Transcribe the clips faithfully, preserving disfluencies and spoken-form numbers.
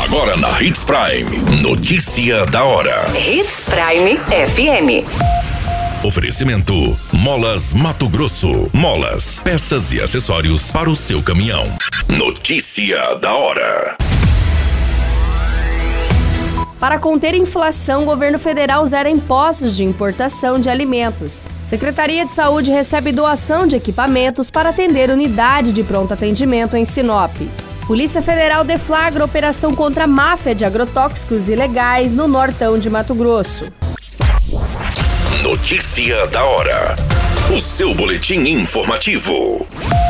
Agora na Hits Prime, notícia da hora. Hits Prime F M. Oferecimento Molas Mato Grosso. Molas, peças e acessórios para o seu caminhão. Notícia da hora. Para conter inflação, o governo federal zera impostos de importação de alimentos. Secretaria de Saúde recebe doação de equipamentos para atender unidade de pronto atendimento em Sinop. Polícia Federal deflagra operação contra a máfia de agrotóxicos ilegais no nortão de Mato Grosso. Notícia da hora. O seu boletim informativo.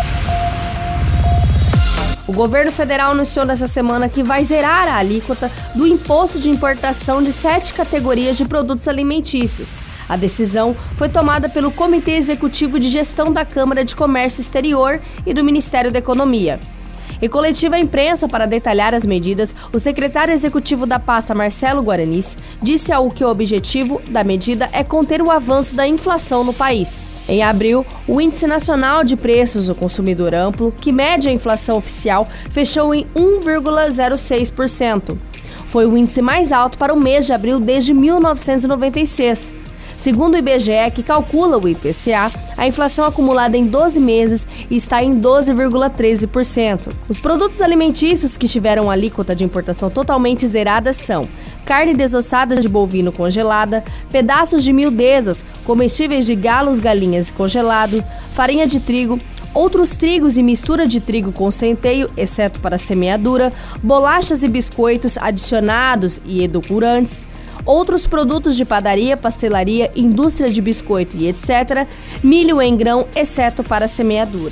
O governo federal anunciou nessa semana que vai zerar a alíquota do imposto de importação de sete categorias de produtos alimentícios. A decisão foi tomada pelo Comitê Executivo de Gestão da Câmara de Comércio Exterior e do Ministério da Economia. Em coletiva à imprensa para detalhar as medidas, o secretário executivo da pasta, Marcelo Guaranis, disse ao que o objetivo da medida é conter o avanço da inflação no país. Em abril, o Índice Nacional de Preços do Consumidor Amplo, que mede a inflação oficial, fechou em um vírgula zero seis por cento. Foi o índice mais alto para o mês de abril desde mil novecentos e noventa e seis. Segundo o I B G E, que calcula o I P C A, a inflação acumulada em doze meses está em doze vírgula treze por cento. Os produtos alimentícios que tiveram alíquota de importação totalmente zerada são carne desossada de bovino congelada, pedaços de miudezas, comestíveis de galos, galinhas congelado, farinha de trigo, outros trigos e mistura de trigo com centeio, exceto para semeadura, bolachas e biscoitos adicionados e edulcorantes, outros produtos de padaria, pastelaria, indústria de biscoito e etcétera, milho em grão, exceto para semeadura.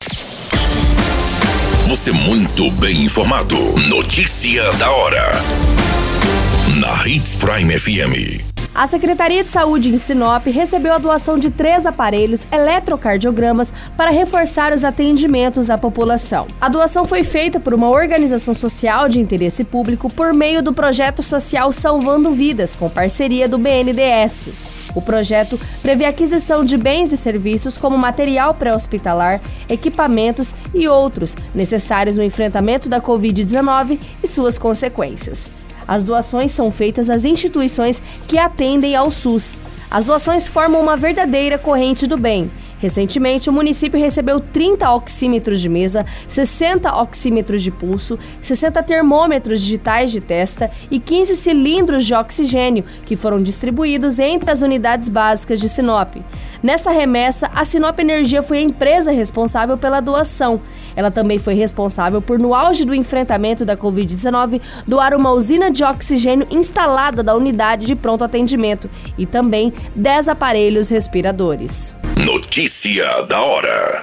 Você muito bem informado. Notícia da hora. Na Hits Prime F M. A Secretaria de Saúde em Sinop recebeu a doação de três aparelhos eletrocardiogramas para reforçar os atendimentos à população. A doação foi feita por uma organização social de interesse público por meio do projeto social Salvando Vidas, com parceria do B N D E S. O projeto prevê a aquisição de bens e serviços como material pré-hospitalar, equipamentos e outros necessários no enfrentamento da covid dezenove e suas consequências. As doações são feitas às instituições que atendem ao SUS. As doações formam uma verdadeira corrente do bem. Recentemente, o município recebeu trinta oxímetros de mesa, sessenta oxímetros de pulso, sessenta termômetros digitais de testa e quinze cilindros de oxigênio, que foram distribuídos entre as unidades básicas de Sinop. Nessa remessa, a Sinop Energia foi a empresa responsável pela doação. Ela também foi responsável por, no auge do enfrentamento da covid dezenove, doar uma usina de oxigênio instalada da unidade de pronto atendimento e também dez aparelhos respiradores. Notícia da hora.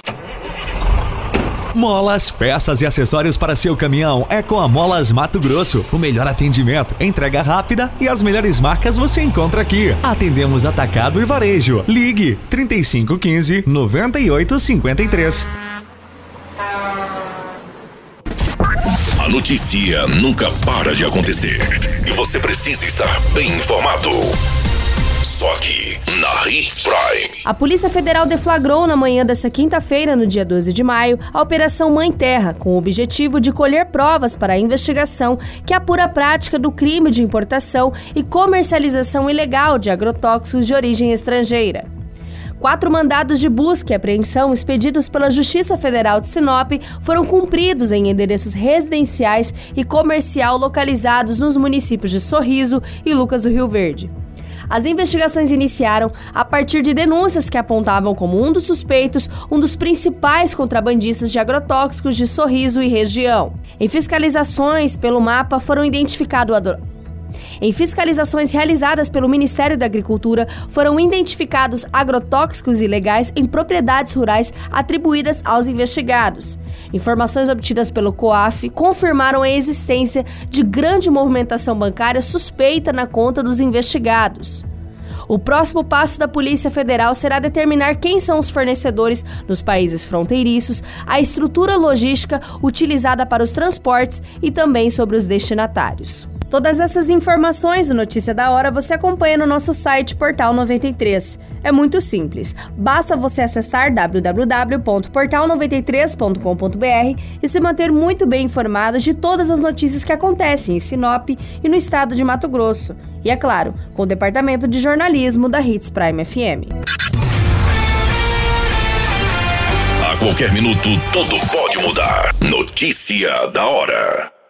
Molas, peças e acessórios para seu caminhão é com a Molas Mato Grosso. O melhor atendimento, entrega rápida e as melhores marcas você encontra aqui. Atendemos atacado e varejo. Ligue trinta e cinco quinze, noventa e oito cinquenta e três. A notícia nunca para de acontecer e você precisa estar bem informado. Só aqui, na Hits Prime. A Polícia Federal deflagrou na manhã dessa quinta-feira, no dia doze de maio, a Operação Mãe Terra, com o objetivo de colher provas para a investigação que apura a prática do crime de importação e comercialização ilegal de agrotóxicos de origem estrangeira. Quatro mandados de busca e apreensão expedidos pela Justiça Federal de Sinop foram cumpridos em endereços residenciais e comercial localizados nos municípios de Sorriso e Lucas do Rio Verde. As investigações iniciaram a partir de denúncias que apontavam como um dos suspeitos um dos principais contrabandistas de agrotóxicos de Sorriso e região. Em fiscalizações pelo mapa foram identificados Em fiscalizações realizadas pelo Ministério da Agricultura, foram identificados agrotóxicos ilegais em propriedades rurais atribuídas aos investigados. Informações obtidas pelo COAF confirmaram a existência de grande movimentação bancária suspeita na conta dos investigados. O próximo passo da Polícia Federal será determinar quem são os fornecedores nos países fronteiriços, a estrutura logística utilizada para os transportes e também sobre os destinatários. Todas essas informações e Notícia da Hora você acompanha no nosso site Portal noventa e três. É muito simples, basta você acessar w w w ponto portal noventa e três ponto com ponto b r e se manter muito bem informado de todas as notícias que acontecem em Sinop e no estado de Mato Grosso. E é claro, com o departamento de jornalismo da Hits Prime F M. A qualquer minuto, tudo pode mudar. Notícia da hora.